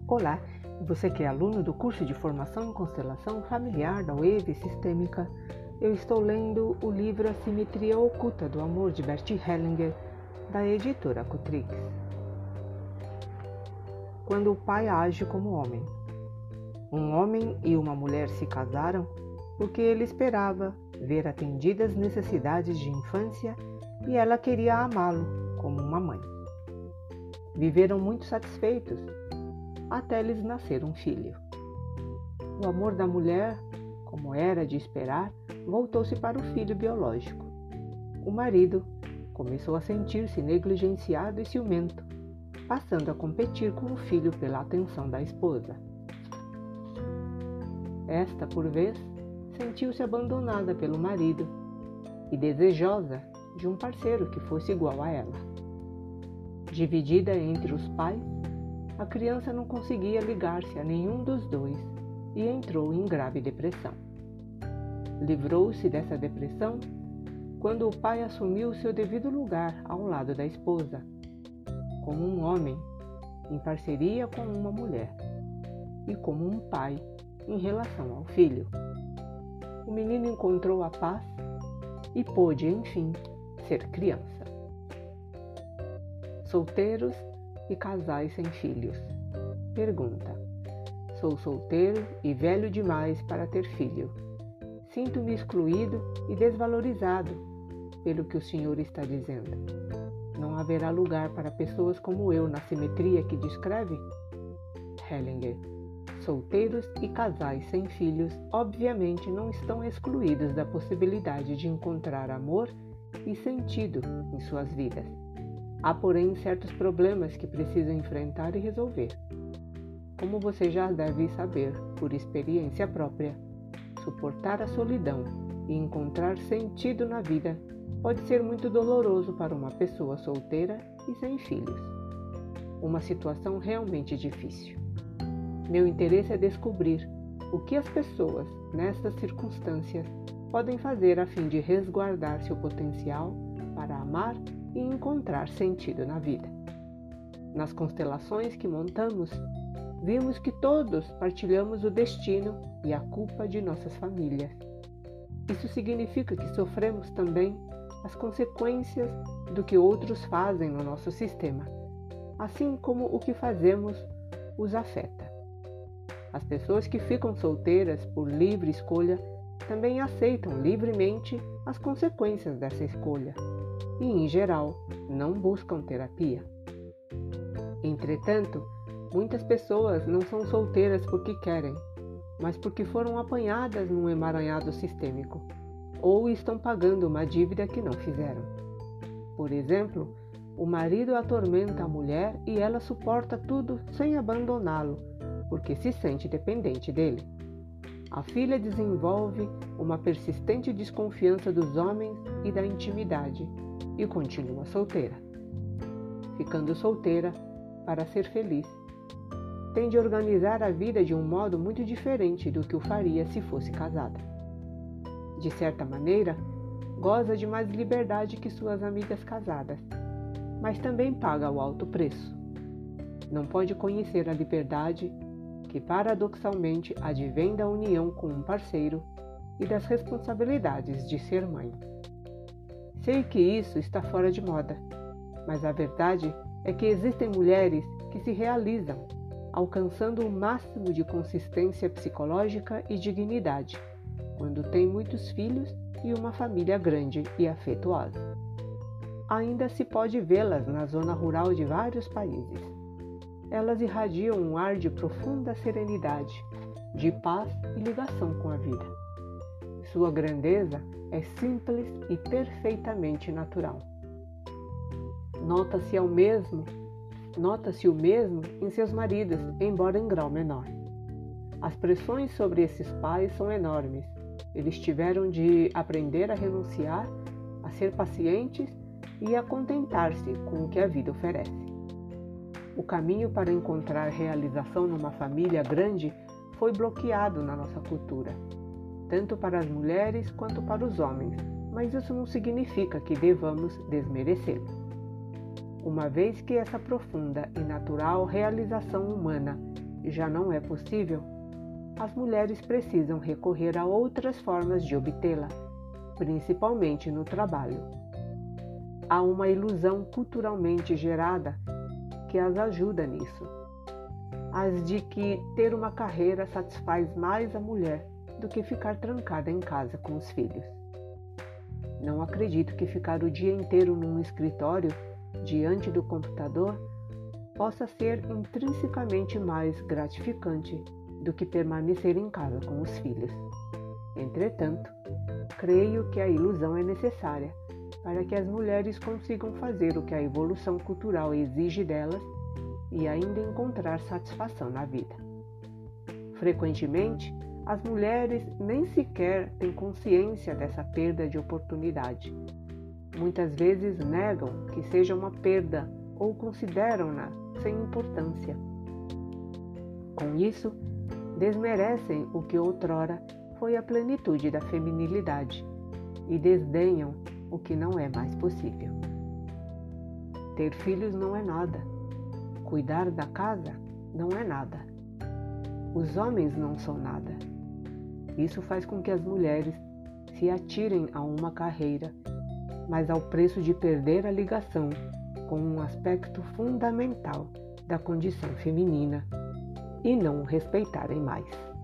Olá, você que é aluno do curso de Formação em Constelação Familiar da Wave Sistêmica, eu estou lendo o livro A Simetria Oculta do Amor de Bert Hellinger, da editora Cutrix. Quando o pai age como homem. Um homem e uma mulher se casaram porque ele esperava ver atendidas necessidades de infância e ela queria amá-lo como uma mãe. Viveram muito satisfeitos até lhes nascer um filho. O amor da mulher, como era de esperar, voltou-se para o filho biológico. O marido começou a sentir-se negligenciado e ciumento, passando a competir com o filho pela atenção da esposa. Esta, por vez, sentiu-se abandonada pelo marido e desejosa de um parceiro que fosse igual a ela. Dividida entre os pais, a criança não conseguia ligar-se a nenhum dos dois e entrou em grave depressão. Livrou-se dessa depressão quando o pai assumiu seu devido lugar ao lado da esposa, como um homem em parceria com uma mulher e como um pai em relação ao filho. O menino encontrou a paz e pôde, enfim, ser criança. Solteiros e casais sem filhos. Pergunta: sou solteiro e velho demais para ter filho. Sinto-me excluído e desvalorizado pelo que o senhor está dizendo. Não haverá lugar para pessoas como eu na simetria que descreve? Hellinger: solteiros e casais sem filhos obviamente não estão excluídos da possibilidade de encontrar amor e sentido em suas vidas. Há, porém, certos problemas que precisam enfrentar e resolver. Como você já deve saber, por experiência própria, suportar a solidão e encontrar sentido na vida pode ser muito doloroso para uma pessoa solteira e sem filhos. Uma situação realmente difícil. Meu interesse é descobrir o que as pessoas, nessas circunstâncias, podem fazer a fim de resguardar seu potencial para amar e encontrar sentido na vida. Nas constelações que montamos, vimos que todos partilhamos o destino e a culpa de nossas famílias. Isso significa que sofremos também as consequências do que outros fazem no nosso sistema, assim como o que fazemos os afeta. As pessoas que ficam solteiras por livre escolha também aceitam livremente as consequências dessa escolha e, em geral, não buscam terapia. Entretanto, muitas pessoas não são solteiras porque querem, mas porque foram apanhadas num emaranhado sistêmico ou estão pagando uma dívida que não fizeram. Por exemplo, o marido atormenta a mulher e ela suporta tudo sem abandoná-lo, porque se sente dependente dele. A filha desenvolve uma persistente desconfiança dos homens e da intimidade e continua solteira. Ficando solteira para ser feliz, tem de organizar a vida de um modo muito diferente do que o faria se fosse casada. De certa maneira, goza de mais liberdade que suas amigas casadas, mas também paga o alto preço. Não pode conhecer a liberdade que paradoxalmente advém da união com um parceiro e das responsabilidades de ser mãe. Sei que isso está fora de moda, mas a verdade é que existem mulheres que se realizam, alcançando o máximo de consistência psicológica e dignidade, quando têm muitos filhos e uma família grande e afetuosa. Ainda se pode vê-las na zona rural de vários países. Elas irradiam um ar de profunda serenidade, de paz e ligação com a vida. Sua grandeza é simples e perfeitamente natural. Nota-se o mesmo em seus maridos, embora em grau menor. As pressões sobre esses pais são enormes. Eles tiveram de aprender a renunciar, a ser pacientes e a contentar-se com o que a vida oferece. O caminho para encontrar realização numa família grande foi bloqueado na nossa cultura, tanto para as mulheres quanto para os homens, mas isso não significa que devamos desmerecê-lo. uma vez que essa profunda e natural realização humana já não é possível, as mulheres precisam recorrer a outras formas de obtê-la, principalmente no trabalho. Há uma ilusão culturalmente gerada que as ajuda nisso, as de que ter uma carreira satisfaz mais a mulher do que ficar trancada em casa com os filhos. Não acredito que ficar o dia inteiro num escritório, diante do computador, possa ser intrinsecamente mais gratificante do que permanecer em casa com os filhos. Entretanto, creio que a ilusão é necessária para que as mulheres consigam fazer o que a evolução cultural exige delas e ainda encontrar satisfação na vida. Frequentemente, as mulheres nem sequer têm consciência dessa perda de oportunidade. Muitas vezes negam que seja uma perda ou consideram-na sem importância. Com isso, desmerecem o que outrora foi a plenitude da feminilidade e desdenham o que não é mais possível. Ter filhos não é nada. Cuidar da casa não é nada. Os homens não são nada. Isso faz com que as mulheres se atirem a uma carreira, mas ao preço de perder a ligação com um aspecto fundamental da condição feminina e não o respeitarem mais.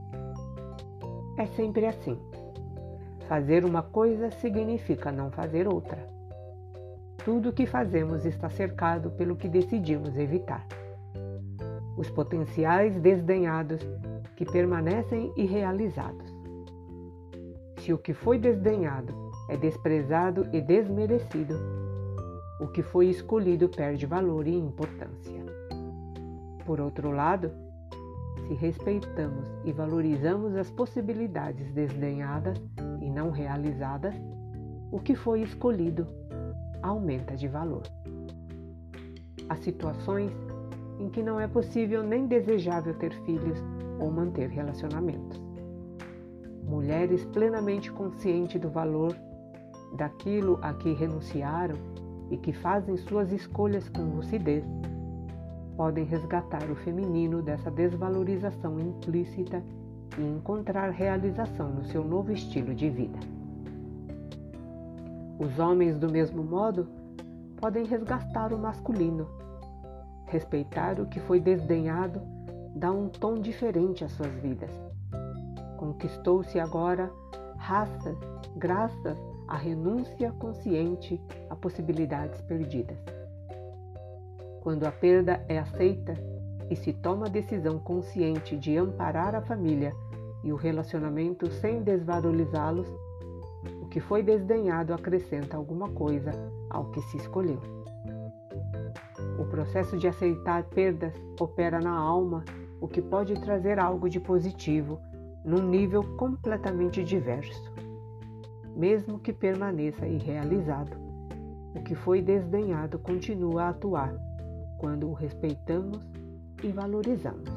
É sempre assim. Fazer uma coisa significa não fazer outra. Tudo o que fazemos está cercado pelo que decidimos evitar. Os potenciais desdenhados que permanecem irrealizados. Se o que foi desdenhado é desprezado e desmerecido, o que foi escolhido perde valor e importância. Por outro lado, se respeitamos e valorizamos as possibilidades desdenhadas e não realizadas, o que foi escolhido aumenta de valor. Há situações em que não é possível nem desejável ter filhos ou manter relacionamentos. Mulheres plenamente conscientes do valor daquilo a que renunciaram e que fazem suas escolhas com lucidez, podem resgatar o feminino dessa desvalorização implícita e encontrar realização no seu novo estilo de vida. Os homens, do mesmo modo, podem resgatar o masculino. Respeitar o que foi desdenhado dá um tom diferente às suas vidas. Conquistou-se agora raça graças à renúncia consciente a possibilidades perdidas. Quando a perda é aceita e se toma a decisão consciente de amparar a família e o relacionamento sem desvalorizá-los, o que foi desdenhado acrescenta alguma coisa ao que se escolheu. O processo de aceitar perdas opera na alma, o que pode trazer algo de positivo num nível completamente diverso. Mesmo que permaneça irrealizado, o que foi desdenhado continua a atuar quando o respeitamos e valorizamos.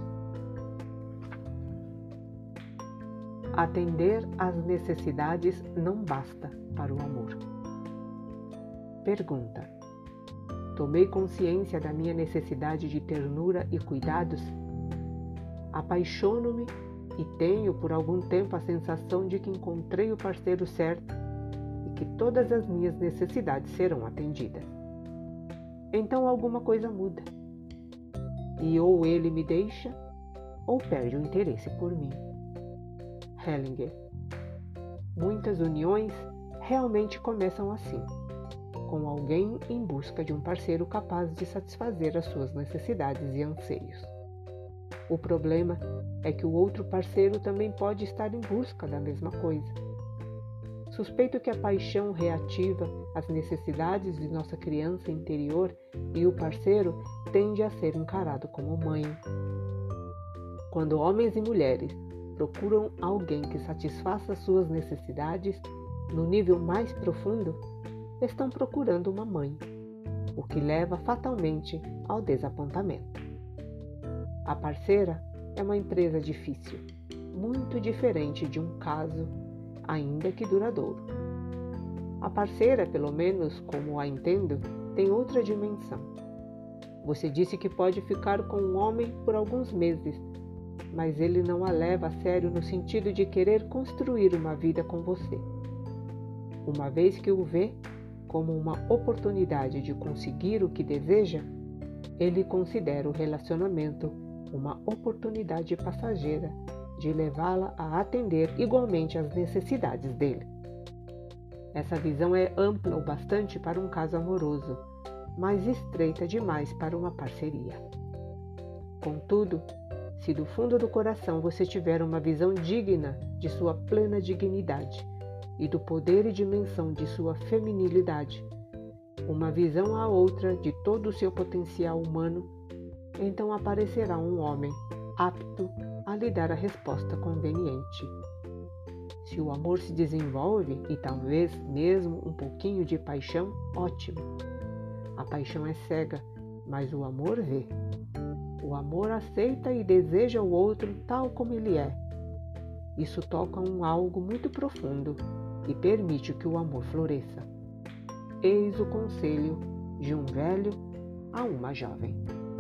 Atender às necessidades não basta para o amor. Pergunta: tomei consciência da minha necessidade de ternura e cuidados? Apaixono-me e tenho por algum tempo a sensação de que encontrei o parceiro certo e que todas as minhas necessidades serão atendidas. Então alguma coisa muda. E ou ele me deixa, ou perde o interesse por mim. Hellinger. Muitas uniões realmente começam assim, com alguém em busca de um parceiro capaz de satisfazer as suas necessidades e anseios. O problema é que o outro parceiro também pode estar em busca da mesma coisa. Suspeito que a paixão reativa as necessidades de nossa criança interior e o parceiro tende a ser encarado como mãe. Quando homens e mulheres procuram alguém que satisfaça suas necessidades no nível mais profundo, estão procurando uma mãe, o que leva fatalmente ao desapontamento. A parceira é uma empresa difícil, muito diferente de um caso, ainda que duradouro. A parceira, pelo menos como a entendo, tem outra dimensão. Você disse que pode ficar com um homem por alguns meses, mas ele não a leva a sério no sentido de querer construir uma vida com você. Uma vez que o vê como uma oportunidade de conseguir o que deseja, ele considera o relacionamento uma oportunidade passageira de levá-la a atender igualmente às necessidades dele. Essa visão é ampla o bastante para um caso amoroso, mas estreita demais para uma parceria. Contudo, se do fundo do coração você tiver uma visão digna de sua plena dignidade e do poder e dimensão de sua feminilidade, uma visão à outra de todo o seu potencial humano, então aparecerá um homem apto a lhe dar a resposta conveniente. Se o amor se desenvolve e talvez mesmo um pouquinho de paixão, ótimo. A paixão é cega, mas o amor vê. O amor aceita e deseja o outro tal como ele é. Isso toca algo muito profundo e permite que o amor floresça. Eis o conselho de um velho a uma jovem.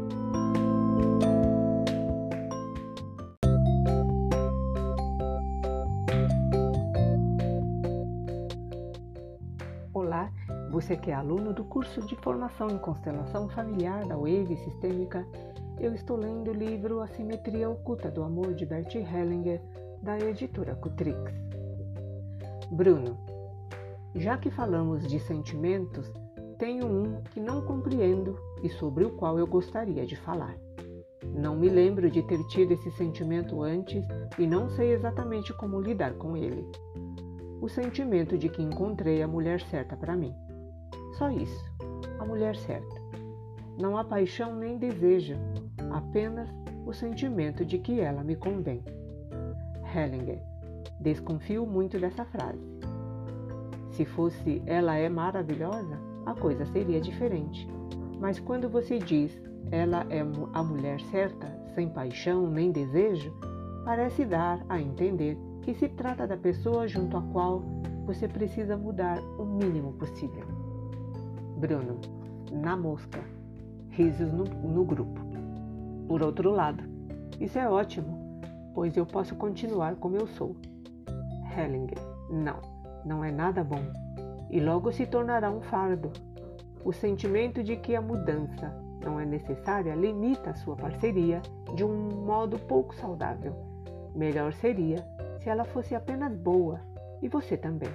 Olá, você que é aluno do curso de formação em constelação familiar da Wave Sistêmica, eu estou lendo o livro A Simetria Oculta do Amor de Bert Hellinger, da editora Cutrix. Bruno, já que falamos de sentimentos, tenho um que não compreendo e sobre o qual eu gostaria de falar. Não me lembro de ter tido esse sentimento antes e não sei exatamente como lidar com ele. O sentimento de que encontrei a mulher certa para mim. Só isso, a mulher certa. Não há paixão nem desejo, apenas o sentimento de que ela me convém. Hellinger, desconfio muito dessa frase. Se fosse ela é maravilhosa, a coisa seria diferente. Mas quando você diz ela é a mulher certa, sem paixão nem desejo, parece dar a entender que se trata da pessoa junto à qual você precisa mudar o mínimo possível. Bruno, na mosca. Risos no grupo. Por outro lado, isso é ótimo, pois eu posso continuar como eu sou. Hellinger, não é nada bom, e logo se tornará um fardo. O sentimento de que a mudança não é necessária limita a sua parceria de um modo pouco saudável. Melhor seria se ela fosse apenas boa, e você também.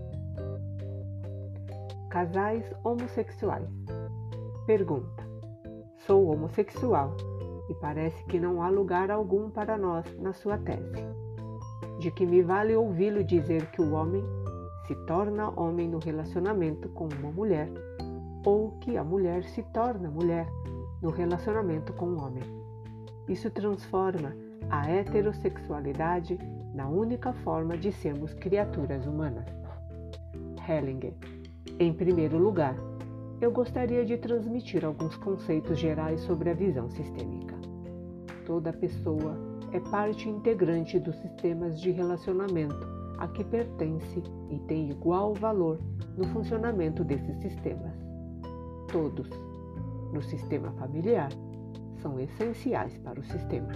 Casais homossexuais. Pergunta. Sou homossexual e parece que não há lugar algum para nós na sua tese. De que me vale ouvi-lo dizer que o homem se torna homem no relacionamento com uma mulher ou que a mulher se torna mulher no relacionamento com um homem. Isso transforma a heterossexualidade na única forma de sermos criaturas humanas. Hellinger. Em primeiro lugar, eu gostaria de transmitir alguns conceitos gerais sobre a visão sistêmica. Toda pessoa é parte integrante dos sistemas de relacionamento a que pertence e tem igual valor no funcionamento desses sistemas. Todos, no sistema familiar, são essenciais para o sistema.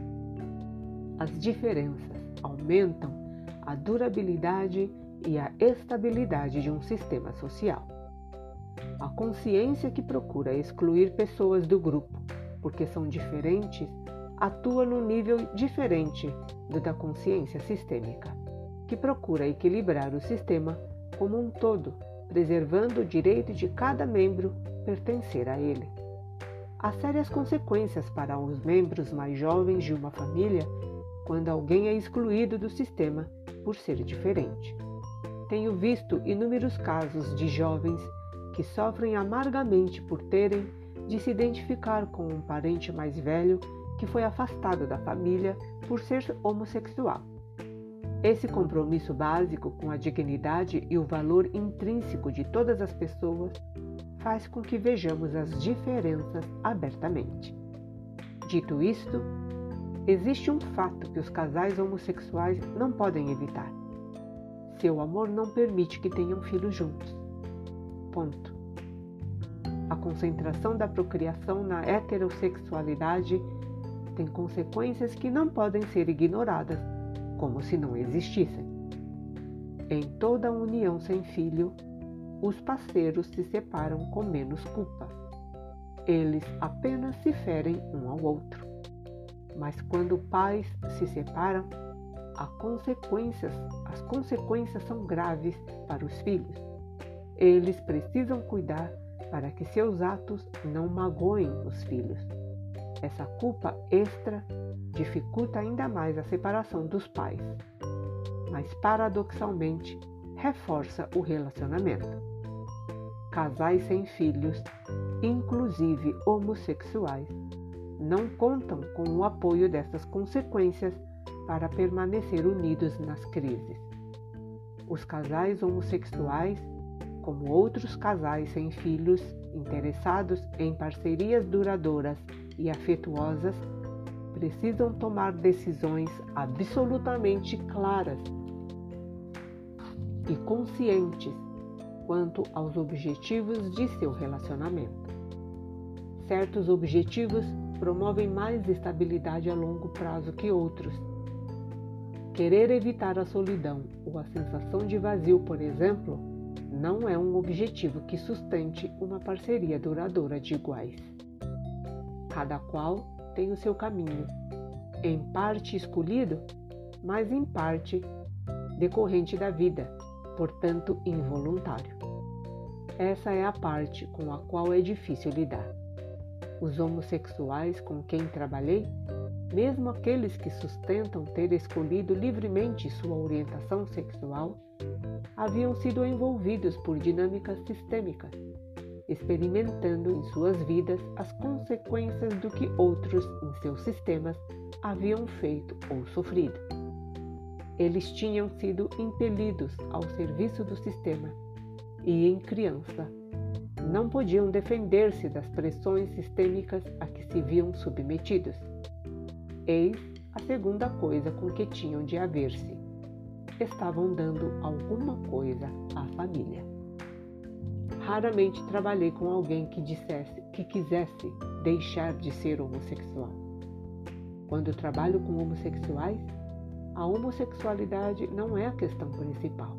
As diferenças aumentam a durabilidade e a estabilidade de um sistema social. A consciência que procura excluir pessoas do grupo porque são diferentes atua num nível diferente do da consciência sistêmica, que procura equilibrar o sistema como um todo, preservando o direito de cada membro pertencer a ele. Há sérias consequências para os membros mais jovens de uma família quando alguém é excluído do sistema por ser diferente. Tenho visto inúmeros casos de jovens que sofrem amargamente por terem de se identificar com um parente mais velho que foi afastado da família por ser homossexual. Esse compromisso básico com a dignidade e o valor intrínseco de todas as pessoas faz com que vejamos as diferenças abertamente. Dito isto, existe um fato que os casais homossexuais não podem evitar. Seu amor não permite que tenham filhos juntos. Ponto. A concentração da procriação na heterossexualidade têm consequências que não podem ser ignoradas, como se não existissem. Em toda união sem filho, os parceiros se separam com menos culpa. Eles apenas se ferem um ao outro. Mas quando pais se separam, as consequências são graves para os filhos. Eles precisam cuidar para que seus atos não magoem os filhos. Essa culpa extra dificulta ainda mais a separação dos pais, mas paradoxalmente reforça o relacionamento. Casais sem filhos, inclusive homossexuais, não contam com o apoio dessas consequências para permanecer unidos nas crises. Os casais homossexuais, como outros casais sem filhos interessados em parcerias duradouras e afetuosas, precisam tomar decisões absolutamente claras e conscientes quanto aos objetivos de seu relacionamento. Certos objetivos promovem mais estabilidade a longo prazo que outros. Querer evitar a solidão ou a sensação de vazio, por exemplo, não é um objetivo que sustente uma parceria duradoura de iguais. Cada qual tem o seu caminho, em parte escolhido, mas em parte decorrente da vida, portanto involuntário. Essa é a parte com a qual é difícil lidar. Os homossexuais com quem trabalhei, mesmo aqueles que sustentam ter escolhido livremente sua orientação sexual, haviam sido envolvidos por dinâmicas sistêmicas, experimentando em suas vidas as consequências do que outros em seus sistemas haviam feito ou sofrido. Eles tinham sido impelidos ao serviço do sistema e, em criança, não podiam defender-se das pressões sistêmicas a que se viam submetidos. Eis a segunda coisa com que tinham de haver-se. Estavam dando alguma coisa à família. Raramente trabalhei com alguém que quisesse deixar de ser homossexual. Quando trabalho com homossexuais, a homossexualidade não é a questão principal.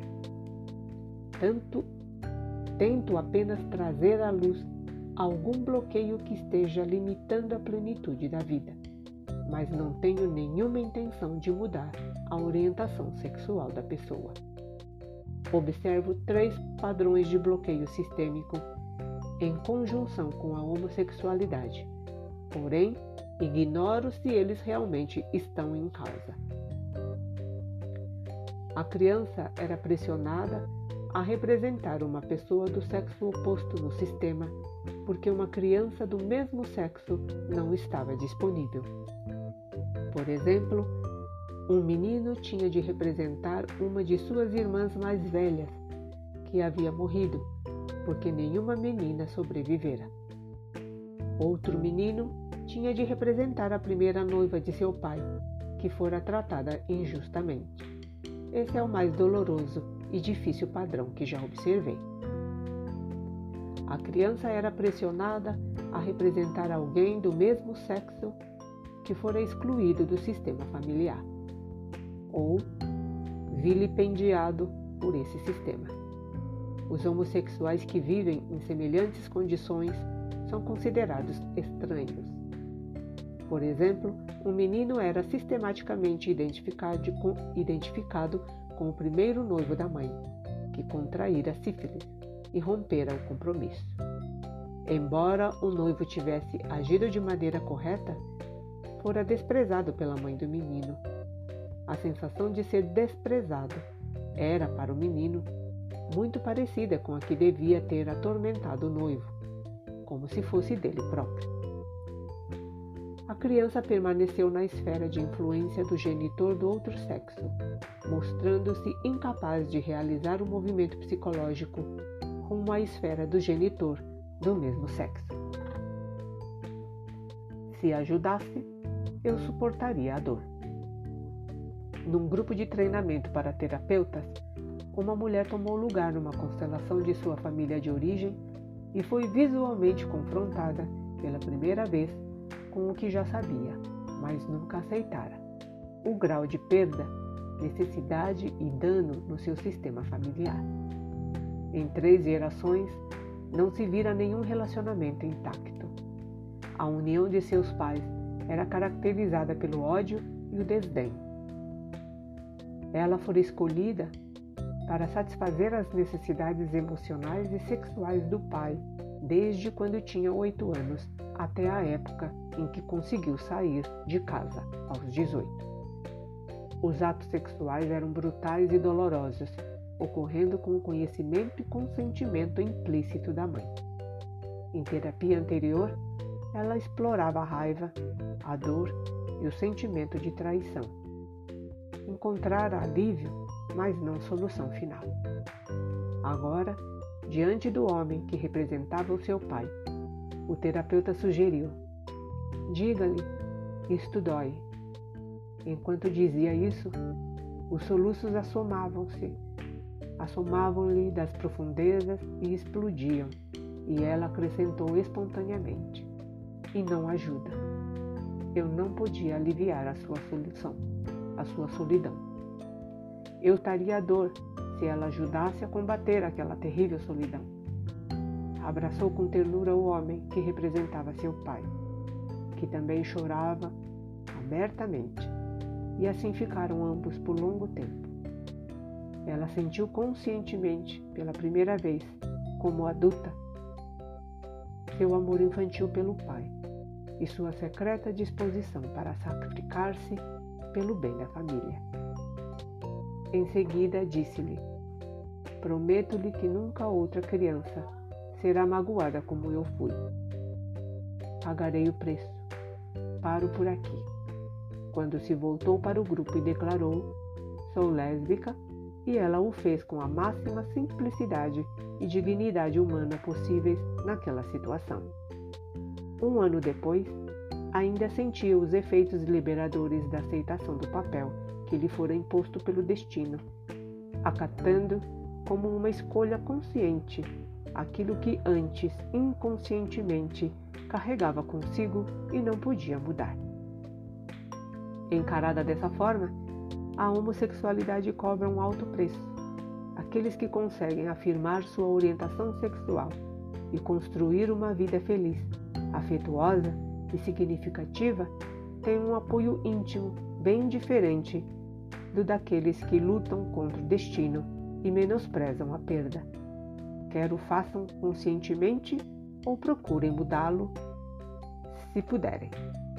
Tento apenas trazer à luz algum bloqueio que esteja limitando a plenitude da vida, mas não tenho nenhuma intenção de mudar a orientação sexual da pessoa. Observo 3 padrões de bloqueio sistêmico em conjunção com a homossexualidade, porém, ignoro se eles realmente estão em causa. A criança era pressionada a representar uma pessoa do sexo oposto no sistema, porque uma criança do mesmo sexo não estava disponível. Por exemplo, um menino tinha de representar uma de suas irmãs mais velhas, que havia morrido, porque nenhuma menina sobrevivera. Outro menino tinha de representar a primeira noiva de seu pai, que fora tratada injustamente. Esse é o mais doloroso e difícil padrão que já observei. A criança era pressionada a representar alguém do mesmo sexo que fora excluído do sistema familiar, ou vilipendiado por esse sistema. Os homossexuais que vivem em semelhantes condições são considerados estranhos. Por exemplo, um menino era sistematicamente identificado com o primeiro noivo da mãe, que contraíra sífilis e rompera o compromisso. Embora o noivo tivesse agido de maneira correta, fora desprezado pela mãe do menino. A sensação de ser desprezado era, para o menino, muito parecida com a que devia ter atormentado o noivo, como se fosse dele próprio. A criança permaneceu na esfera de influência do genitor do outro sexo, mostrando-se incapaz de realizar o movimento psicológico rumo à esfera do genitor do mesmo sexo. Se ajudasse, eu suportaria a dor. Num grupo de treinamento para terapeutas, uma mulher tomou lugar numa constelação de sua família de origem e foi visualmente confrontada pela primeira vez com o que já sabia. mas nunca aceitara o grau de perda, necessidade e dano no seu sistema familiar. Em 3 gerações, não se vira nenhum relacionamento intacto. A união de seus pais era caracterizada pelo ódio e o desdém. Ela fora escolhida para satisfazer as necessidades emocionais e sexuais do pai desde quando tinha 8 anos até a época em que conseguiu sair de casa, aos 18. Os atos sexuais eram brutais e dolorosos, ocorrendo com o conhecimento e consentimento implícito da mãe. Em terapia anterior, ela explorava a raiva, a dor e o sentimento de traição. Encontrara alívio, mas não solução final. Agora, diante do homem que representava o seu pai, o terapeuta sugeriu: diga-lhe, isto dói. Enquanto dizia isso, os soluços assomavam-lhe das profundezas e explodiam, e ela acrescentou espontaneamente: e não ajuda. Eu não podia aliviar a sua solidão. Eu estaria a dor se ela ajudasse a combater aquela terrível solidão. Abraçou com ternura o homem que representava seu pai, que também chorava abertamente, e assim ficaram ambos por longo tempo. Ela sentiu conscientemente, pela primeira vez, como adulta, seu amor infantil pelo pai e sua secreta disposição para sacrificar-se pelo bem da família. Em seguida, disse-lhe: prometo-lhe que nunca outra criança será magoada como eu fui. Pagarei o preço. Paro por aqui. Quando se voltou para o grupo e declarou: sou lésbica, e ela o fez com a máxima simplicidade e dignidade humana possíveis naquela situação. 1 ano depois, ainda sentia os efeitos liberadores da aceitação do papel que lhe fora imposto pelo destino, acatando como uma escolha consciente aquilo que antes, inconscientemente, carregava consigo e não podia mudar. Encarada dessa forma, a homossexualidade cobra um alto preço. Aqueles que conseguem afirmar sua orientação sexual e construir uma vida feliz, afetuosa e significativa têm um apoio íntimo bem diferente do daqueles que lutam contra o destino e menosprezam a perda. Quer o façam conscientemente ou procurem mudá-lo, se puderem.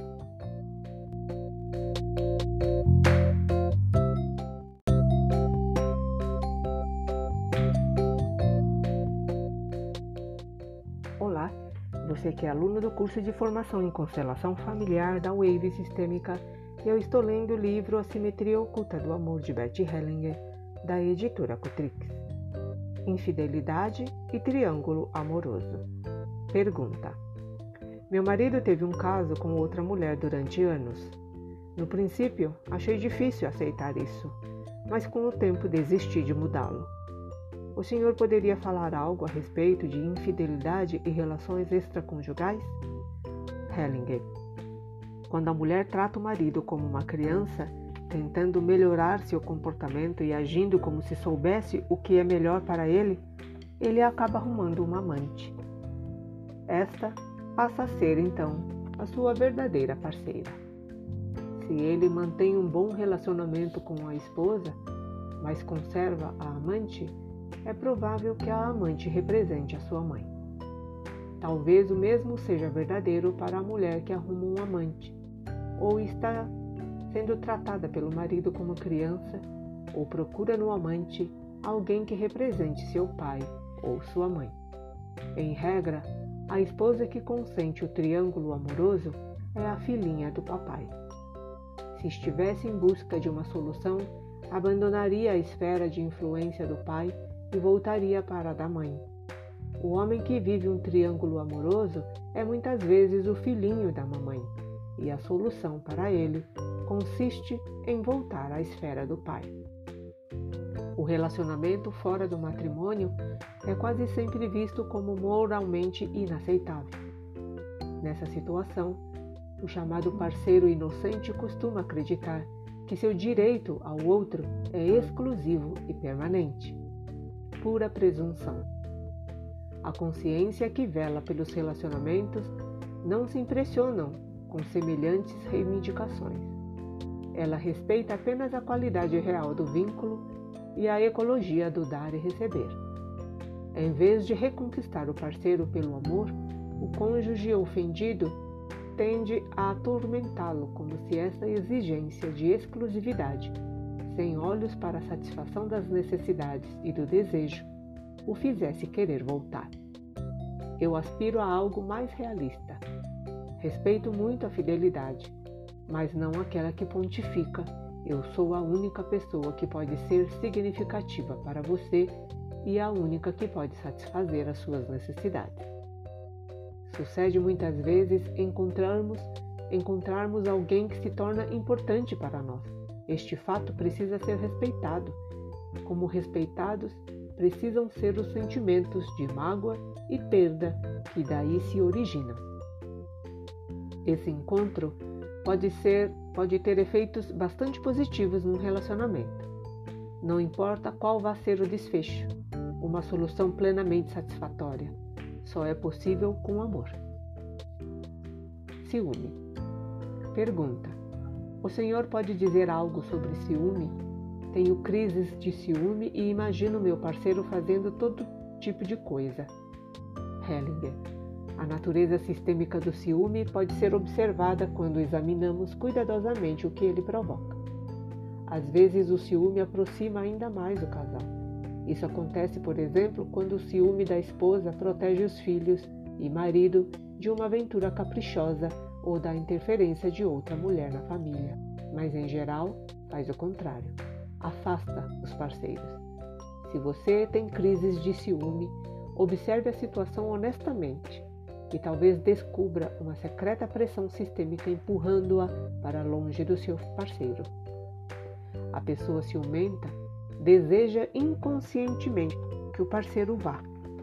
Olá, você que é aluno do curso de formação em constelação familiar da Wave Sistêmica, e eu estou lendo o livro A Simetria Oculta do Amor de Bert Hellinger, da editora Cutrix. Infidelidade e triângulo amoroso. Pergunta: meu marido teve um caso com outra mulher durante anos. No princípio, achei difícil aceitar isso, mas com o tempo desisti de mudá-lo. O senhor poderia falar algo a respeito de infidelidade e relações extraconjugais? Hellinger: quando a mulher trata o marido como uma criança, tentando melhorar seu comportamento e agindo como se soubesse o que é melhor para ele, ele acaba arrumando uma amante. Esta passa a ser, então, a sua verdadeira parceira. Se ele mantém um bom relacionamento com a esposa, mas conserva a amante, é provável que a amante represente a sua mãe. Talvez o mesmo seja verdadeiro para a mulher que arruma um amante, ou está sendo tratada pelo marido como criança, ou procura no amante alguém que represente seu pai ou sua mãe. Em regra, a esposa que consente o triângulo amoroso é a filhinha do papai. Se estivesse em busca de uma solução, abandonaria a esfera de influência do pai e voltaria para a da mãe. O homem que vive um triângulo amoroso é muitas vezes o filhinho da mamãe, e a solução para ele consiste em voltar à esfera do pai. O relacionamento fora do matrimônio é quase sempre visto como moralmente inaceitável. Nessa situação, O chamado parceiro inocente costuma acreditar que seu direito ao outro é exclusivo e permanente. Pura presunção. A consciência que vela pelos relacionamentos não se impressionam com semelhantes reivindicações. Ela respeita apenas a qualidade real do vínculo e a ecologia do dar e receber. Em vez de reconquistar o parceiro pelo amor, o cônjuge ofendido tende a atormentá-lo como se essa exigência de exclusividade, sem olhos para a satisfação das necessidades e do desejo, o fizesse querer voltar. Eu aspiro a algo mais realista. Respeito muito a fidelidade, mas não aquela que pontifica: eu sou a única pessoa que pode ser significativa para você e a única que pode satisfazer as suas necessidades. Sucede muitas vezes encontrarmos alguém que se torna importante para nós. Este fato precisa ser respeitado. Como respeitados, precisam ser os sentimentos de mágoa e perda que daí se originam. Esse encontro pode ter efeitos bastante positivos num relacionamento. Não importa qual vá ser o desfecho, uma solução plenamente satisfatória só é possível com amor. Ciúme. Pergunta: o senhor pode dizer algo sobre ciúme? Tenho crises de ciúme e imagino meu parceiro fazendo todo tipo de coisa. Hellinger. A natureza sistêmica do ciúme pode ser observada quando examinamos cuidadosamente o que ele provoca. Às vezes, o ciúme aproxima ainda mais o casal. Isso acontece, por exemplo, quando o ciúme da esposa protege os filhos e marido de uma aventura caprichosa ou da interferência de outra mulher na família. Mas, em geral, faz o contrário. Afasta os parceiros. Se você tem crises de ciúme, observe a situação honestamente e talvez descubra uma secreta pressão sistêmica empurrando-a para longe do seu parceiro. A pessoa ciumenta deseja inconscientemente que o parceiro vá.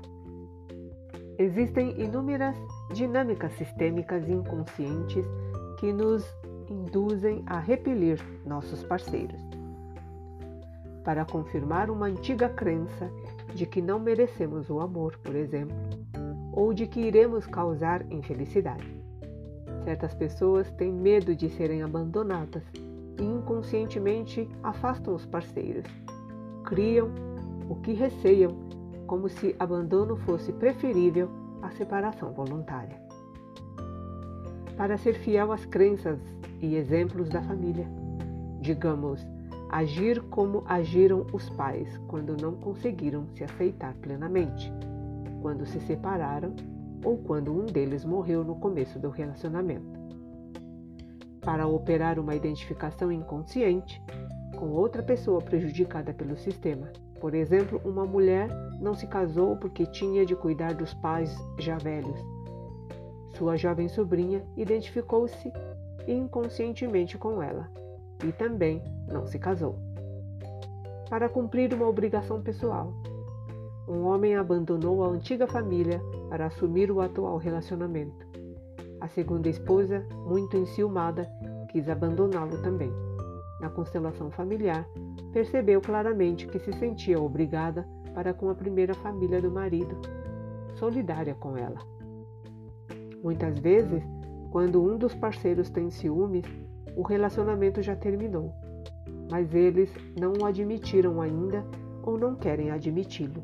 Existem inúmeras dinâmicas sistêmicas inconscientes que nos induzem a repelir nossos parceiros. Para confirmar uma antiga crença de que não merecemos o amor, por exemplo, ou de que iremos causar infelicidade. Certas pessoas têm medo de serem abandonadas e inconscientemente afastam os parceiros. Criam o que receiam, como se abandono fosse preferível à separação voluntária. Para ser fiel às crenças e exemplos da família, digamos, agir como agiram os pais quando não conseguiram se aceitar plenamente, quando se separaram ou quando um deles morreu no começo do relacionamento. Para operar uma identificação inconsciente com outra pessoa prejudicada pelo sistema. Por exemplo, uma mulher não se casou porque tinha de cuidar dos pais já velhos. Sua jovem sobrinha identificou-se inconscientemente com ela e também não se casou. Para cumprir uma obrigação pessoal, um homem abandonou a antiga família para assumir o atual relacionamento. A segunda esposa, muito enciumada, quis abandoná-lo também. Na constelação familiar, percebeu claramente que se sentia obrigada para com a primeira família do marido, solidária com ela. Muitas vezes, quando um dos parceiros tem ciúmes, o relacionamento já terminou, mas eles não o admitiram ainda ou não querem admiti-lo.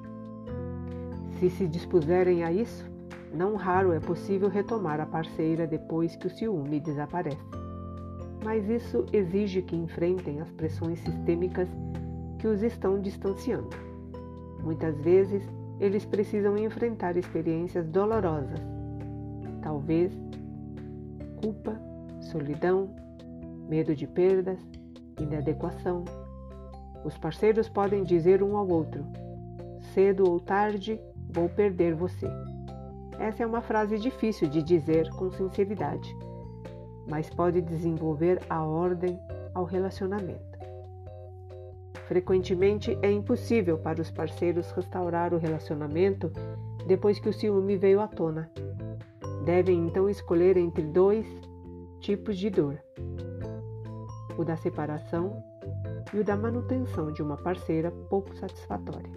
Se se dispuserem a isso, não raro é possível retomar a parceira depois que o ciúme desaparece. Mas isso exige que enfrentem as pressões sistêmicas que os estão distanciando. Muitas vezes, eles precisam enfrentar experiências dolorosas, talvez culpa, solidão, medo de perdas, inadequação. Os parceiros podem dizer um ao outro: cedo ou tarde, vou perder você. Essa é uma frase difícil de dizer com sinceridade, mas pode desenvolver a ordem ao relacionamento. Frequentemente é impossível para os parceiros restaurar o relacionamento depois que o ciúme veio à tona. Devem então escolher entre dois tipos de dor: o da separação e o da manutenção de uma parceira pouco satisfatória.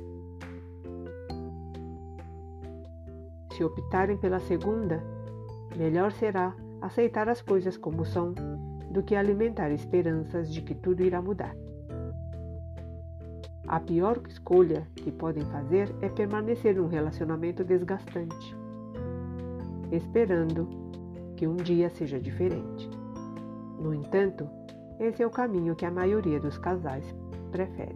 Se optarem pela segunda, melhor será aceitar as coisas como são do que alimentar esperanças de que tudo irá mudar. A pior escolha que podem fazer é permanecer num relacionamento desgastante, esperando que um dia seja diferente. No entanto, esse é o caminho que a maioria dos casais prefere.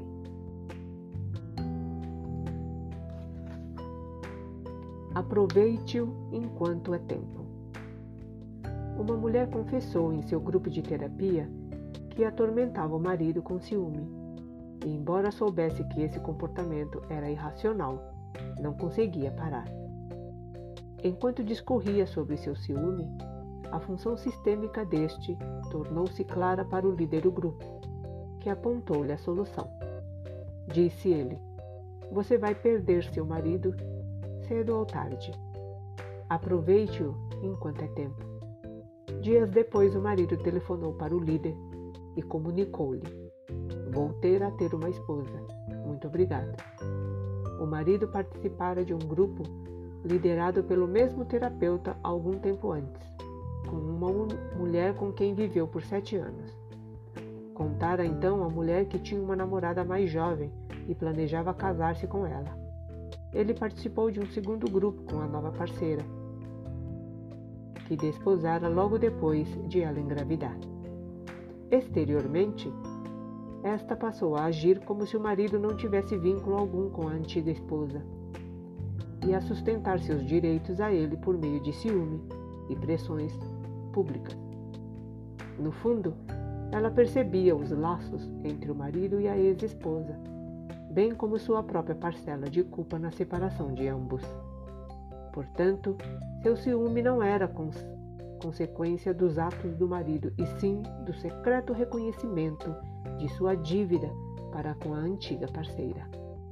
Aproveite-o enquanto é tempo. Uma mulher confessou em seu grupo de terapia que atormentava o marido com ciúme, e embora soubesse que esse comportamento era irracional, não conseguia parar. Enquanto discorria sobre seu ciúme, a função sistêmica deste tornou-se clara para o líder do grupo, que apontou-lhe a solução. Disse ele: "Você vai perder seu marido cedo ou tarde. Aproveite-o enquanto é tempo." Dias depois, o marido telefonou para o líder e comunicou-lhe: "Voltei a ter uma esposa. Muito obrigado." O marido participara de um grupo liderado pelo mesmo terapeuta algum tempo antes, com uma mulher com quem viveu por 7 anos. Contara então à mulher que tinha uma namorada mais jovem e planejava casar-se com ela. Ele participou de um segundo grupo com a nova parceira, que desposara logo depois de ela engravidar. Exteriormente, esta passou a agir como se o marido não tivesse vínculo algum com a antiga esposa e a sustentar seus direitos a ele por meio de ciúme e pressões públicas. No fundo, ela percebia os laços entre o marido e a ex-esposa, bem como sua própria parcela de culpa na separação de ambos. Portanto, seu ciúme não era consequência dos atos do marido, e sim do secreto reconhecimento de sua dívida para com a antiga parceira.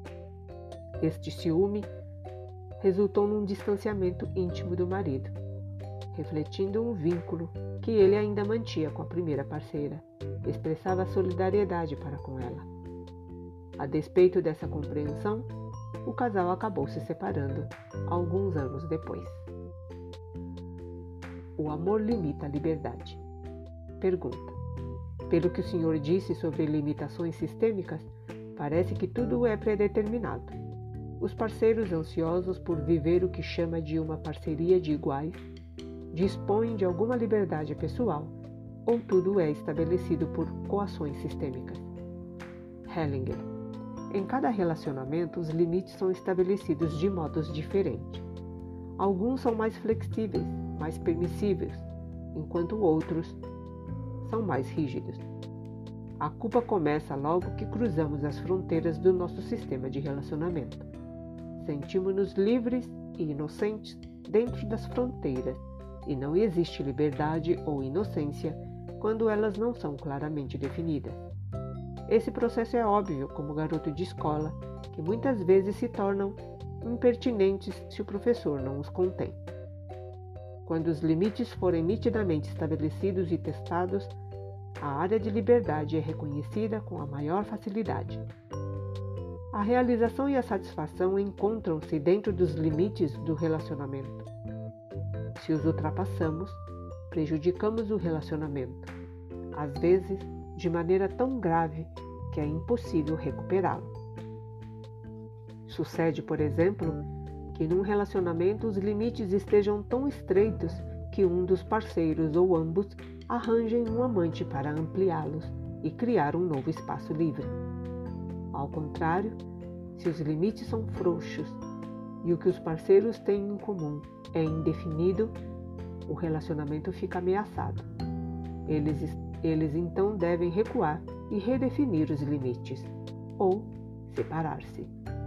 Este ciúme resultou num distanciamento íntimo do marido, refletindo um vínculo que ele ainda mantinha com a primeira parceira. Expressava solidariedade para com ela. A despeito dessa compreensão, o casal acabou se separando alguns anos depois. O amor limita a liberdade. Pergunta: pelo que o senhor disse sobre limitações sistêmicas, parece que tudo é predeterminado. Os parceiros ansiosos por viver o que chama de uma parceria de iguais dispõem de alguma liberdade pessoal, ou tudo é estabelecido por coações sistêmicas? Hellinger: em cada relacionamento, os limites são estabelecidos de modos diferentes. Alguns são mais flexíveis, mais permissíveis, enquanto outros são mais rígidos. A culpa começa logo que cruzamos as fronteiras do nosso sistema de relacionamento. Sentimos-nos livres e inocentes dentro das fronteiras, e não existe liberdade ou inocência quando elas não são claramente definidas. Esse processo é óbvio como garoto de escola, que muitas vezes se tornam impertinentes se o professor não os contém. Quando os limites forem nitidamente estabelecidos e testados, a área de liberdade é reconhecida com a maior facilidade. A realização e a satisfação encontram-se dentro dos limites do relacionamento. Se os ultrapassamos, prejudicamos o relacionamento, às vezes de maneira tão grave que é impossível recuperá-lo. Sucede, por exemplo, que num relacionamento os limites estejam tão estreitos que um dos parceiros ou ambos arranjem um amante para ampliá-los e criar um novo espaço livre. Ao contrário, se os limites são frouxos e o que os parceiros têm em comum é indefinido, o relacionamento fica ameaçado. Eles então devem recuar e redefinir os limites, ou separar-se.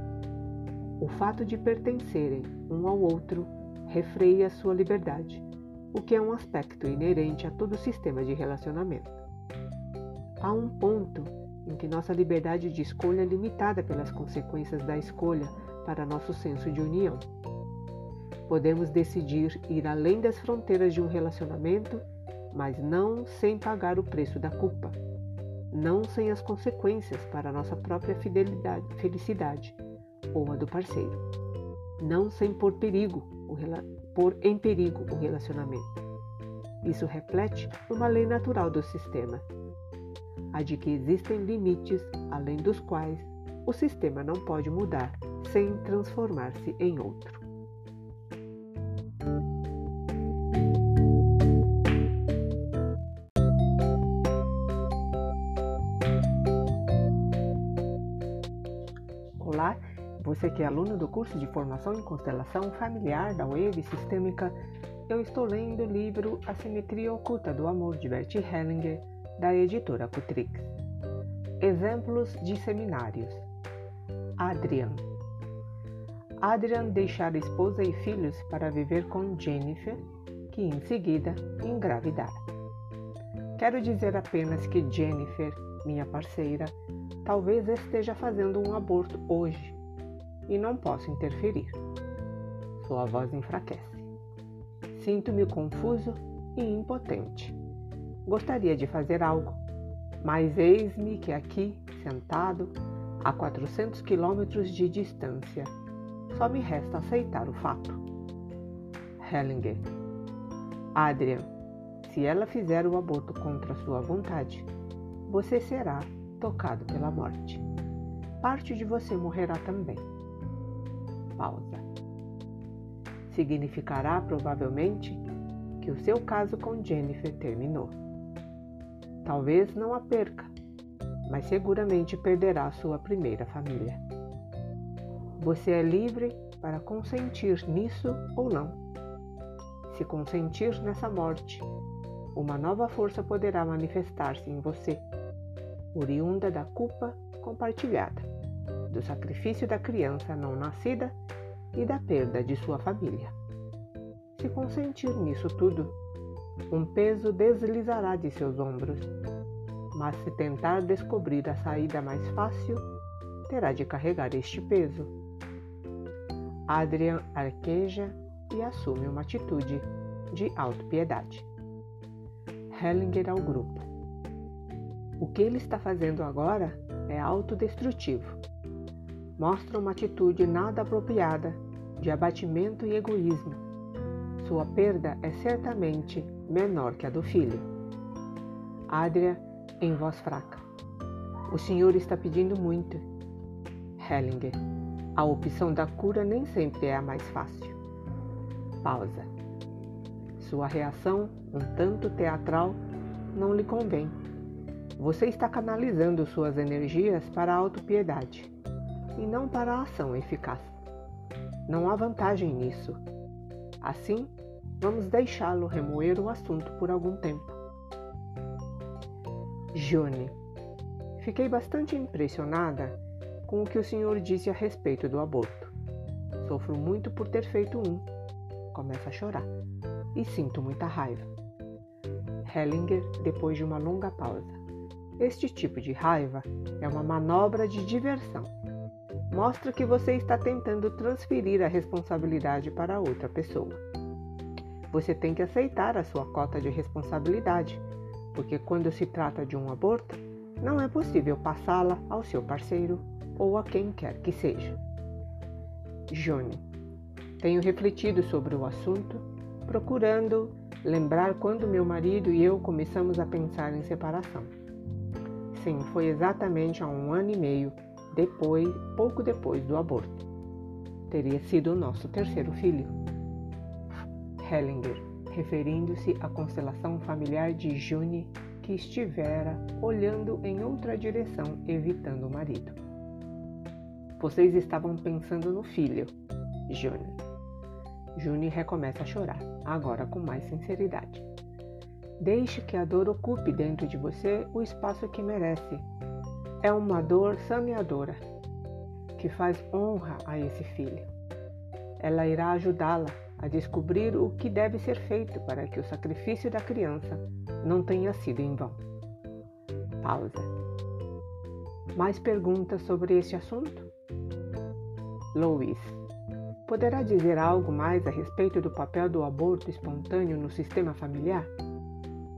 O fato de pertencerem um ao outro refreia sua liberdade, o que é um aspecto inerente a todo sistema de relacionamento. Há um ponto em que nossa liberdade de escolha é limitada pelas consequências da escolha para nosso senso de união. Podemos decidir ir além das fronteiras de um relacionamento, mas não sem pagar o preço da culpa, não sem as consequências para a nossa própria felicidade ou a do parceiro, não sem pôr em perigo o relacionamento. Isso reflete uma lei natural do sistema, a de que existem limites além dos quais o sistema não pode mudar sem transformar-se em outro. Olá, você que é aluno do curso de Formação em Constelação Familiar da Wave Sistêmica, eu estou lendo o livro A Simetria Oculta do Amor de Bert Hellinger, da editora Cutrix. Exemplos de seminários. Adrian deixara esposa e filhos para viver com Jennifer, que em seguida engravidara. Quero dizer apenas que Jennifer, minha parceira, talvez esteja fazendo um aborto hoje e não posso interferir. Sua voz enfraquece. Sinto-me confuso e impotente. Gostaria de fazer algo, mas eis-me que aqui, sentado, a 400 quilômetros de distância, só me resta aceitar o fato. Hellinger. Adrian, se ela fizer o aborto contra sua vontade, você será tocado pela morte. Parte de você morrerá também. Pausa. Significará provavelmente que o seu caso com Jennifer terminou. Talvez não a perca, mas seguramente perderá sua primeira família. Você é livre para consentir nisso ou não. Se consentir nessa morte, uma nova força poderá manifestar-se em você, oriunda da culpa compartilhada, do sacrifício da criança não nascida e da perda de sua família. Se consentir nisso tudo, um peso deslizará de seus ombros, mas se tentar descobrir a saída mais fácil, terá de carregar este peso. Adrian arqueja e assume uma atitude de autopiedade. Hellinger ao grupo. O que ele está fazendo agora é autodestrutivo. Mostra uma atitude nada apropriada de abatimento e egoísmo. Sua perda é certamente menor que a do filho. Adrian, em voz fraca. O senhor está pedindo muito. Hellinger. A opção da cura nem sempre é a mais fácil. Pausa. Sua reação, um tanto teatral, não lhe convém. Você está canalizando suas energias para a autopiedade e não para a ação eficaz. Não há vantagem nisso. Assim, vamos deixá-lo remoer o assunto por algum tempo. June. Fiquei bastante impressionada com o que o senhor disse a respeito do aborto. Sofro muito por ter feito um. Começa a chorar. E sinto muita raiva. Hellinger, depois de uma longa pausa. Este tipo de raiva é uma manobra de diversão. Mostra que você está tentando transferir a responsabilidade para outra pessoa. Você tem que aceitar a sua cota de responsabilidade, porque quando se trata de um aborto, não é possível passá-la ao seu parceiro ou a quem quer que seja. June. Tenho refletido sobre o assunto, procurando lembrar quando meu marido e eu começamos a pensar em separação. Sim, foi exatamente há 1 ano e meio, pouco depois do aborto. Teria sido o nosso 3º filho. Hellinger, referindo-se à constelação familiar de June, que estivera olhando em outra direção, evitando o marido. Vocês estavam pensando no filho, June. June recomeça a chorar, agora com mais sinceridade. Deixe que a dor ocupe dentro de você o espaço que merece. É uma dor saneadora, que faz honra a esse filho. Ela irá ajudá-la a descobrir o que deve ser feito para que o sacrifício da criança não tenha sido em vão. Pausa. Mais perguntas sobre este assunto? Louis. Poderá dizer algo mais a respeito do papel do aborto espontâneo no sistema familiar?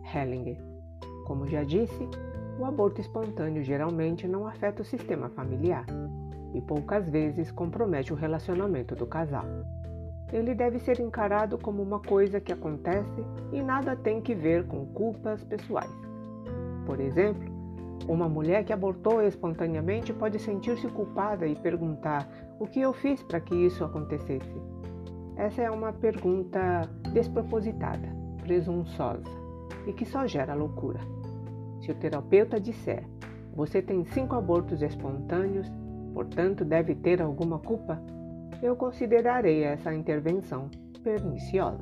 Hellinger: como já disse, o aborto espontâneo geralmente não afeta o sistema familiar e poucas vezes compromete o relacionamento do casal. Ele deve ser encarado como uma coisa que acontece e nada tem que ver com culpas pessoais. Por exemplo, uma mulher que abortou espontaneamente pode sentir-se culpada e perguntar: o que eu fiz para que isso acontecesse? Essa é uma pergunta despropositada, presunçosa e que só gera loucura. Se o terapeuta disser: você tem 5 abortos espontâneos, portanto deve ter alguma culpa, eu considerarei essa intervenção perniciosa.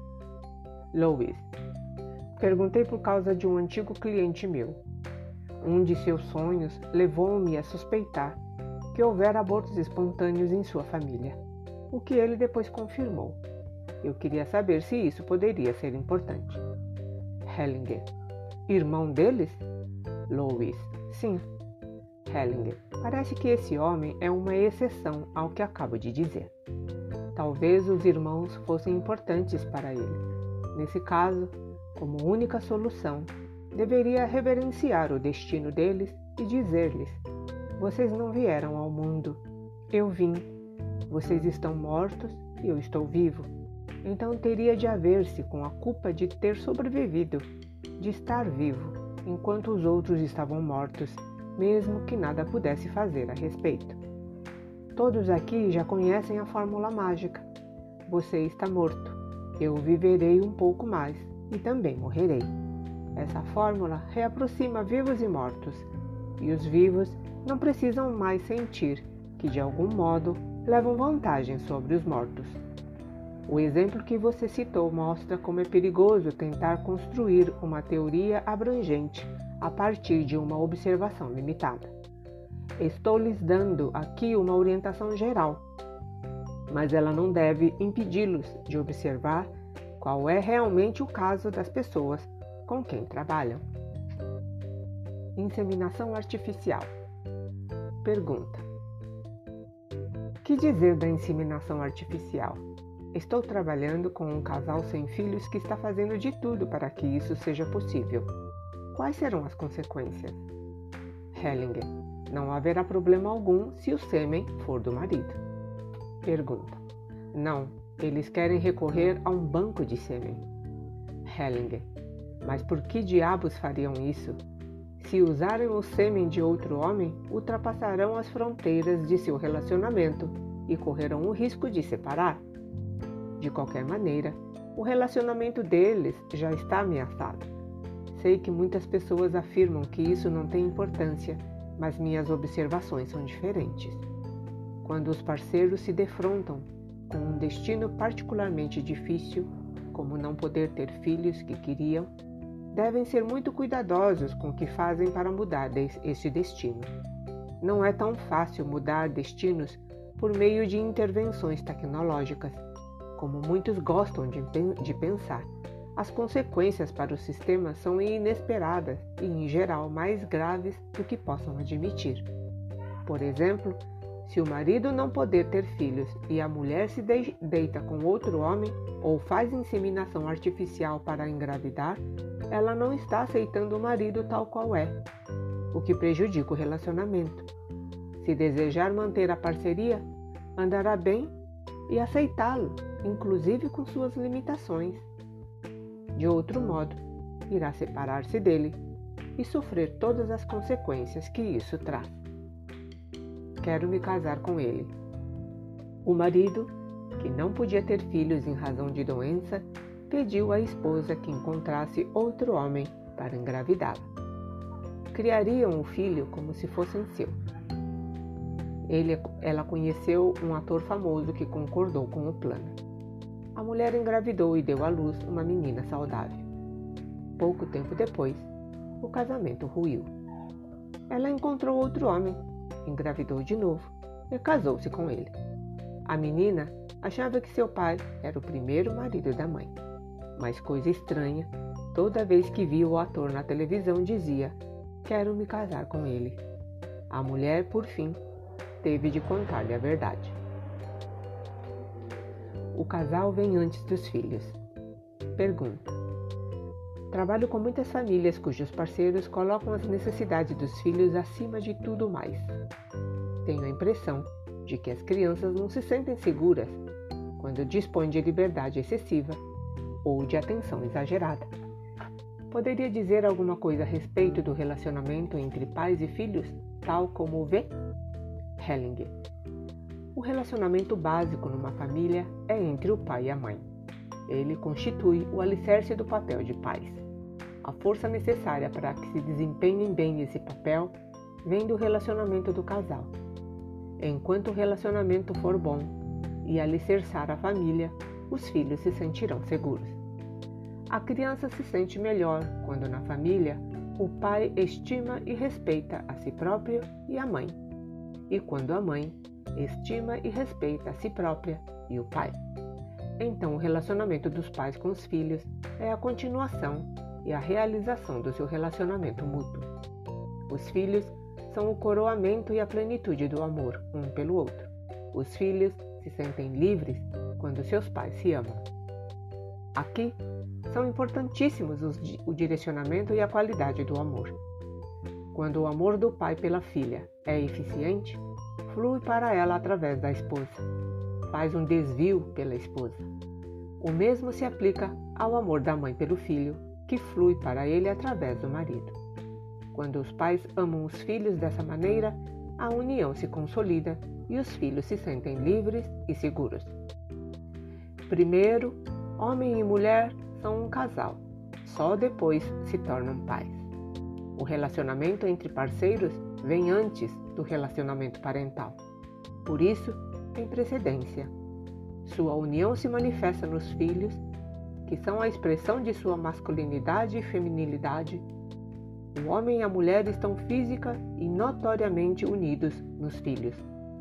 Louis: perguntei por causa de um antigo cliente meu. Um de seus sonhos levou-me a suspeitar que houvera abortos espontâneos em sua família, o que ele depois confirmou. Eu queria saber se isso poderia ser importante. Hellinger: irmão deles? Louis: sim. Hellinger: parece que esse homem é uma exceção ao que acabo de dizer. Talvez os irmãos fossem importantes para ele. Nesse caso, como única solução, deveria reverenciar o destino deles e dizer-lhes: vocês não vieram ao mundo, eu vim. Vocês estão mortos e eu estou vivo. Então teria de haver-se com a culpa de ter sobrevivido, de estar vivo, enquanto os outros estavam mortos, mesmo que nada pudesse fazer a respeito. Todos aqui já conhecem a fórmula mágica. Você está morto, eu viverei um pouco mais e também morrerei. Essa fórmula reaproxima vivos e mortos, e os vivos não precisam mais sentir que, de algum modo, levam vantagem sobre os mortos. O exemplo que você citou mostra como é perigoso tentar construir uma teoria abrangente a partir de uma observação limitada. Estou lhes dando aqui uma orientação geral, mas ela não deve impedi-los de observar qual é realmente o caso das pessoas com quem trabalham. Inseminação artificial. Pergunta: que dizer da inseminação artificial? Estou trabalhando com um casal sem filhos que está fazendo de tudo para que isso seja possível. Quais serão as consequências? Hellinger: não haverá problema algum se o sêmen for do marido. Pergunta: não, eles querem recorrer a um banco de sêmen. Hellinger: mas por que diabos fariam isso? Se usarem o sêmen de outro homem, ultrapassarão as fronteiras de seu relacionamento e correrão o risco de separar. De qualquer maneira, o relacionamento deles já está ameaçado. Sei que muitas pessoas afirmam que isso não tem importância, mas minhas observações são diferentes. Quando os parceiros se defrontam com um destino particularmente difícil, como não poder ter filhos que queriam, devem ser muito cuidadosos com o que fazem para mudar esse destino. Não é tão fácil mudar destinos por meio de intervenções tecnológicas, como muitos gostam de pensar. As consequências para o sistema são inesperadas e, em geral, mais graves do que possam admitir. Por exemplo, se o marido não poder ter filhos e a mulher se deita com outro homem ou faz inseminação artificial para engravidar, ela não está aceitando o marido tal qual é, o que prejudica o relacionamento. Se desejar manter a parceria, andará bem e aceitá-lo, inclusive com suas limitações. De outro modo, irá separar-se dele e sofrer todas as consequências que isso traz. Quero me casar com ele. O marido, que não podia ter filhos em razão de doença, pediu à esposa que encontrasse outro homem para engravidá-la. Criariam o filho como se fosse seu. Ela conheceu um ator famoso que concordou com o plano. A mulher engravidou e deu à luz uma menina saudável. Pouco tempo depois, o casamento ruiu. Ela encontrou outro homem, engravidou de novo e casou-se com ele. A menina achava que seu pai era o primeiro marido da mãe. Mas coisa estranha, toda vez que via o ator na televisão dizia: quero me casar com ele. A mulher, por fim, teve de contar-lhe a verdade. O casal vem antes dos filhos. Pergunta: Trabalho com muitas famílias cujos parceiros colocam as necessidades dos filhos acima de tudo mais. Tenho a impressão de que as crianças não se sentem seguras quando dispõem de liberdade excessiva ou de atenção exagerada. Poderia dizer alguma coisa a respeito do relacionamento entre pais e filhos, tal como o vê? Hellinger. O relacionamento básico numa família é entre o pai e a mãe. Ele constitui o alicerce do papel de pais. A força necessária para que se desempenhem bem esse papel vem do relacionamento do casal. Enquanto o relacionamento for bom e alicerçar a família, os filhos se sentirão seguros. A criança se sente melhor quando na família o pai estima e respeita a si próprio e a mãe, e quando a mãe estima e respeita a si própria e o pai. Então, o relacionamento dos pais com os filhos é a continuação e a realização do seu relacionamento mútuo. Os filhos são o coroamento e a plenitude do amor um pelo outro. Os filhos se sentem livres quando seus pais se amam. Aqui são importantíssimos o direcionamento e a qualidade do amor. Quando o amor do pai pela filha é eficiente, flui para ela através da esposa. Faz um desvio pela esposa. O mesmo se aplica ao amor da mãe pelo filho, que flui para ele através do marido. Quando os pais amam os filhos dessa maneira, a união se consolida e os filhos se sentem livres e seguros. Primeiro, homem e mulher são um casal, só depois se tornam pais. O relacionamento entre parceiros vem antes do relacionamento parental. Por isso, tem precedência. Sua união se manifesta nos filhos, que são a expressão de sua masculinidade e feminilidade. O homem e a mulher estão física e notoriamente unidos nos filhos.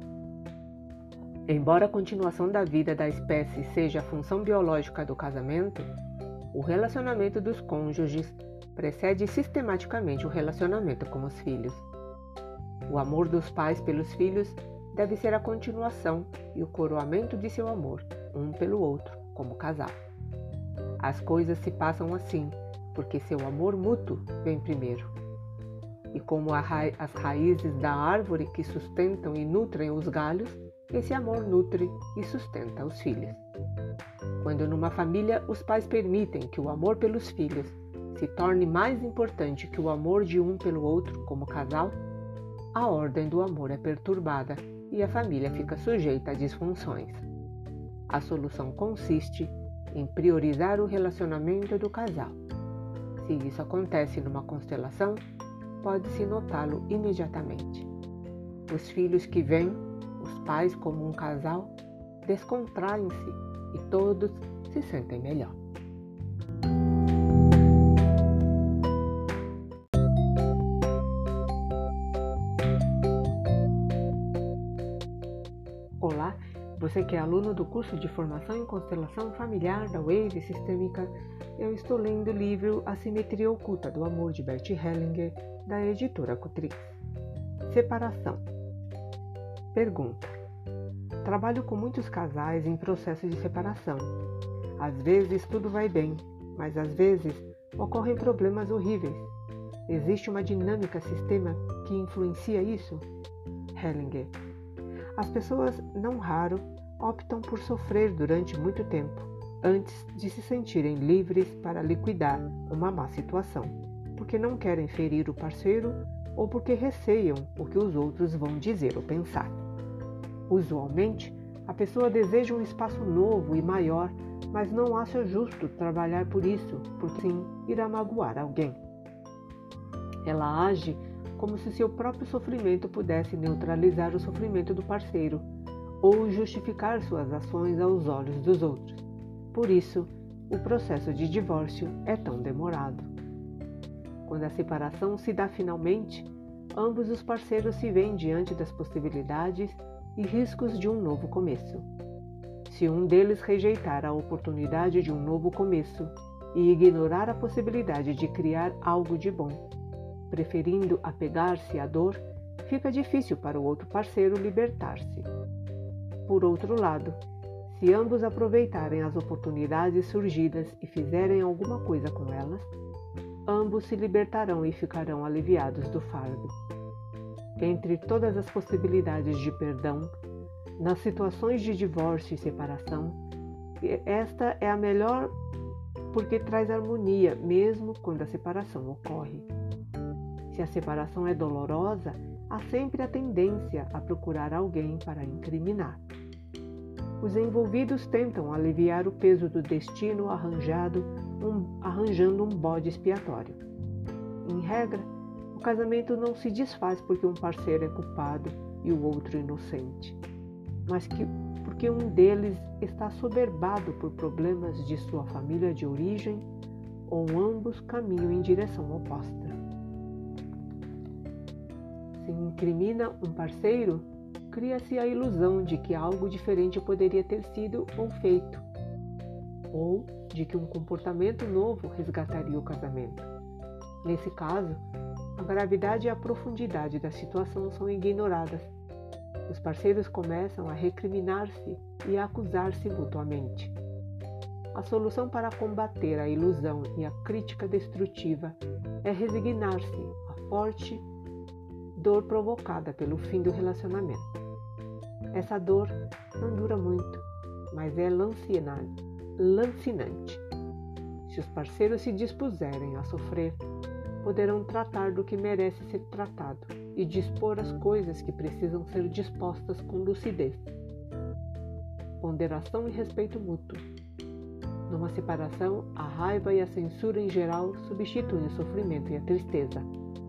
Embora a continuação da vida da espécie seja a função biológica do casamento, o relacionamento dos cônjuges precede sistematicamente o relacionamento com os filhos. O amor dos pais pelos filhos deve ser a continuação e o coroamento de seu amor, um pelo outro, como casal. As coisas se passam assim, porque seu amor mútuo vem primeiro. E como as raízes da árvore que sustentam e nutrem os galhos, esse amor nutre e sustenta os filhos. Quando numa família os pais permitem que o amor pelos filhos se torne mais importante que o amor de um pelo outro como casal, a ordem do amor é perturbada e a família fica sujeita a disfunções. A solução consiste em priorizar o relacionamento do casal. Se isso acontece numa constelação, pode-se notá-lo imediatamente. Os filhos que veem os pais como um casal descontraem-se e todos se sentem melhor. Olá, você que é aluno do curso de formação em constelação familiar da Wave Sistêmica, eu estou lendo o livro A Simetria Oculta do Amor de Bert Hellinger, da editora Cutrix. Separação. Pergunta. Trabalho com muitos casais em processo de separação. Às vezes tudo vai bem, mas às vezes ocorrem problemas horríveis. Existe uma dinâmica sistema que influencia isso? Hellinger. As pessoas, não raro, optam por sofrer durante muito tempo, antes de se sentirem livres para liquidar uma má situação, porque não querem ferir o parceiro ou porque receiam o que os outros vão dizer ou pensar. Usualmente, a pessoa deseja um espaço novo e maior, mas não acha justo trabalhar por isso, porque sim irá magoar alguém. Ela age como se seu próprio sofrimento pudesse neutralizar o sofrimento do parceiro ou justificar suas ações aos olhos dos outros. Por isso, o processo de divórcio é tão demorado. Quando a separação se dá finalmente, ambos os parceiros se veem diante das possibilidades e riscos de um novo começo. Se um deles rejeitar a oportunidade de um novo começo e ignorar a possibilidade de criar algo de bom, preferindo apegar-se à dor, fica difícil para o outro parceiro libertar-se. Por outro lado, se ambos aproveitarem as oportunidades surgidas e fizerem alguma coisa com elas, ambos se libertarão e ficarão aliviados do fardo. Entre todas as possibilidades de perdão, nas situações de divórcio e separação, esta é a melhor porque traz harmonia, mesmo quando a separação ocorre. Se a separação é dolorosa, há sempre a tendência a procurar alguém para incriminar. Os envolvidos tentam aliviar o peso do destino arranjando um bode expiatório. Em regra, o casamento não se desfaz porque um parceiro é culpado e o outro inocente, mas porque um deles está assoberbado por problemas de sua família de origem ou ambos caminham em direção oposta. Se incrimina um parceiro, cria-se a ilusão de que algo diferente poderia ter sido ou feito, ou de que um comportamento novo resgataria o casamento. Nesse caso, a gravidade e a profundidade da situação são ignoradas. Os parceiros começam a recriminar-se e a acusar-se mutuamente. A solução para combater a ilusão e a crítica destrutiva é resignar-se à forte dor provocada pelo fim do relacionamento. Essa dor não dura muito, mas é lancinante. Se os parceiros se dispuserem a sofrer, poderão tratar do que merece ser tratado e dispor as coisas que precisam ser dispostas com lucidez. Ponderação e respeito mútuo. Numa separação, a raiva e a censura em geral substituem o sofrimento e a tristeza.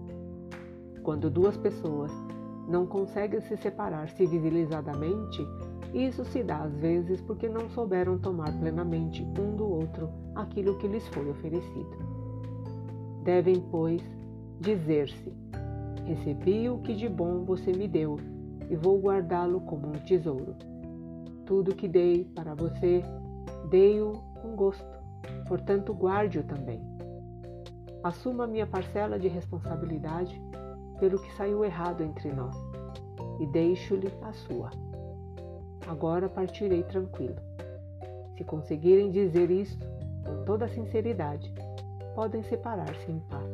Quando duas pessoas não conseguem se separar civilizadamente, isso se dá às vezes porque não souberam tomar plenamente um do outro aquilo que lhes foi oferecido. Devem, pois, dizer-se: recebi o que de bom você me deu e vou guardá-lo como um tesouro. Tudo que dei para você, dei-o com gosto, portanto guarde-o também. Assuma minha parcela de responsabilidade pelo que saiu errado entre nós e deixo-lhe a sua. Agora partirei tranquilo. Se conseguirem dizer isto com toda a sinceridade, podem separar-se em paz.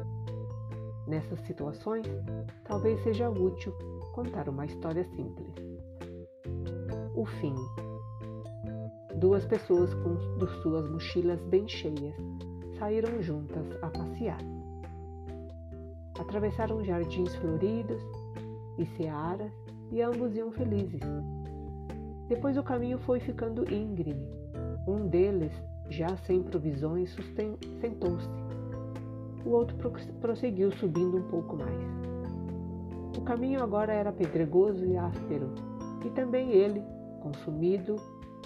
Nessas situações, talvez seja útil contar uma história simples. O fim. Duas pessoas com suas mochilas bem cheias saíram juntas a passear. Atravessaram jardins floridos e searas e ambos iam felizes. Depois o caminho foi ficando íngreme. Um deles, já sem provisões, sentou-se. O outro prosseguiu subindo um pouco mais. O caminho agora era pedregoso e áspero, e também ele, consumido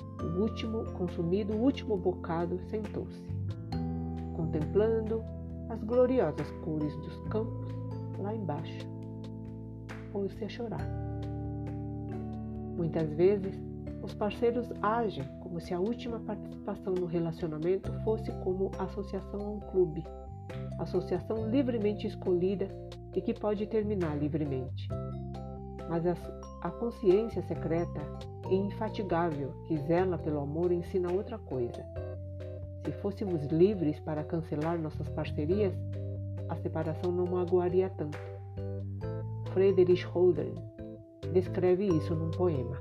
o último bocado, sentou-se, contemplando as gloriosas cores dos campos lá embaixo. Pôs-se a chorar. Muitas vezes, os parceiros agem como se a última participação no relacionamento fosse como associação a um clube, associação livremente escolhida e que pode terminar livremente. Mas a consciência secreta e infatigável que zela pelo amor ensina outra coisa. Se fôssemos livres para cancelar nossas parcerias, a separação não magoaria tanto. Friedrich Holderlin descreve isso num poema.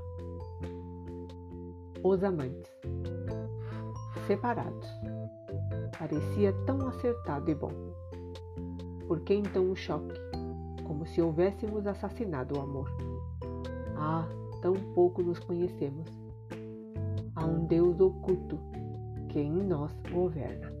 Os amantes. Separados. Parecia tão acertado e bom. Por que então o choque? Como se houvéssemos assassinado o amor. Ah, tão pouco nos conhecemos. Há um Deus oculto que em nós governa.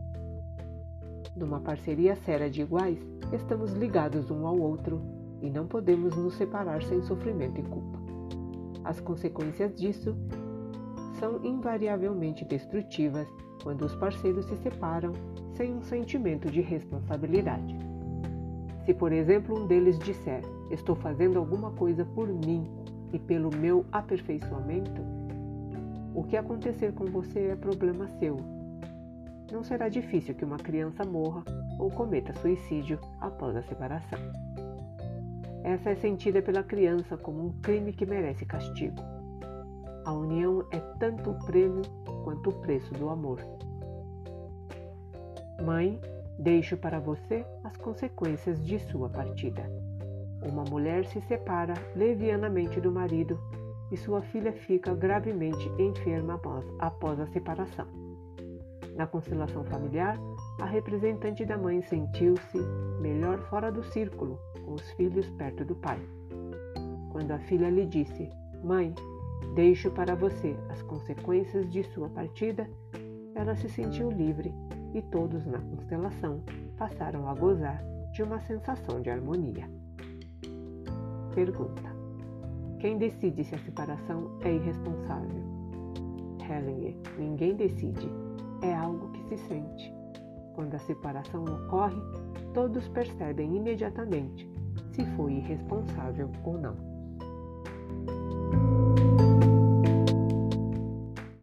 Numa parceria séria de iguais, estamos ligados um ao outro e não podemos nos separar sem sofrimento e culpa. As consequências disso são invariavelmente destrutivas quando os parceiros se separam sem um sentimento de responsabilidade. Se, por exemplo, um deles disser: estou fazendo alguma coisa por mim e pelo meu aperfeiçoamento, o que acontecer com você é problema seu. Não será difícil que uma criança morra ou cometa suicídio após a separação. Essa é sentida pela criança como um crime que merece castigo. A união é tanto o prêmio quanto o preço do amor. Mãe Deixo para você as consequências de sua partida. Uma mulher se separa levianamente do marido e sua filha fica gravemente enferma após a separação. Na constelação familiar, a representante da mãe sentiu-se melhor fora do círculo, com os filhos perto do pai. Quando a filha lhe disse: "Mãe, deixo para você as consequências de sua partida", ela se sentiu livre e todos na constelação passaram a gozar de uma sensação de harmonia. Pergunta: quem decide se a separação é irresponsável? Hellinger: ninguém decide, é algo que se sente. Quando a separação ocorre, todos percebem imediatamente se foi irresponsável ou não.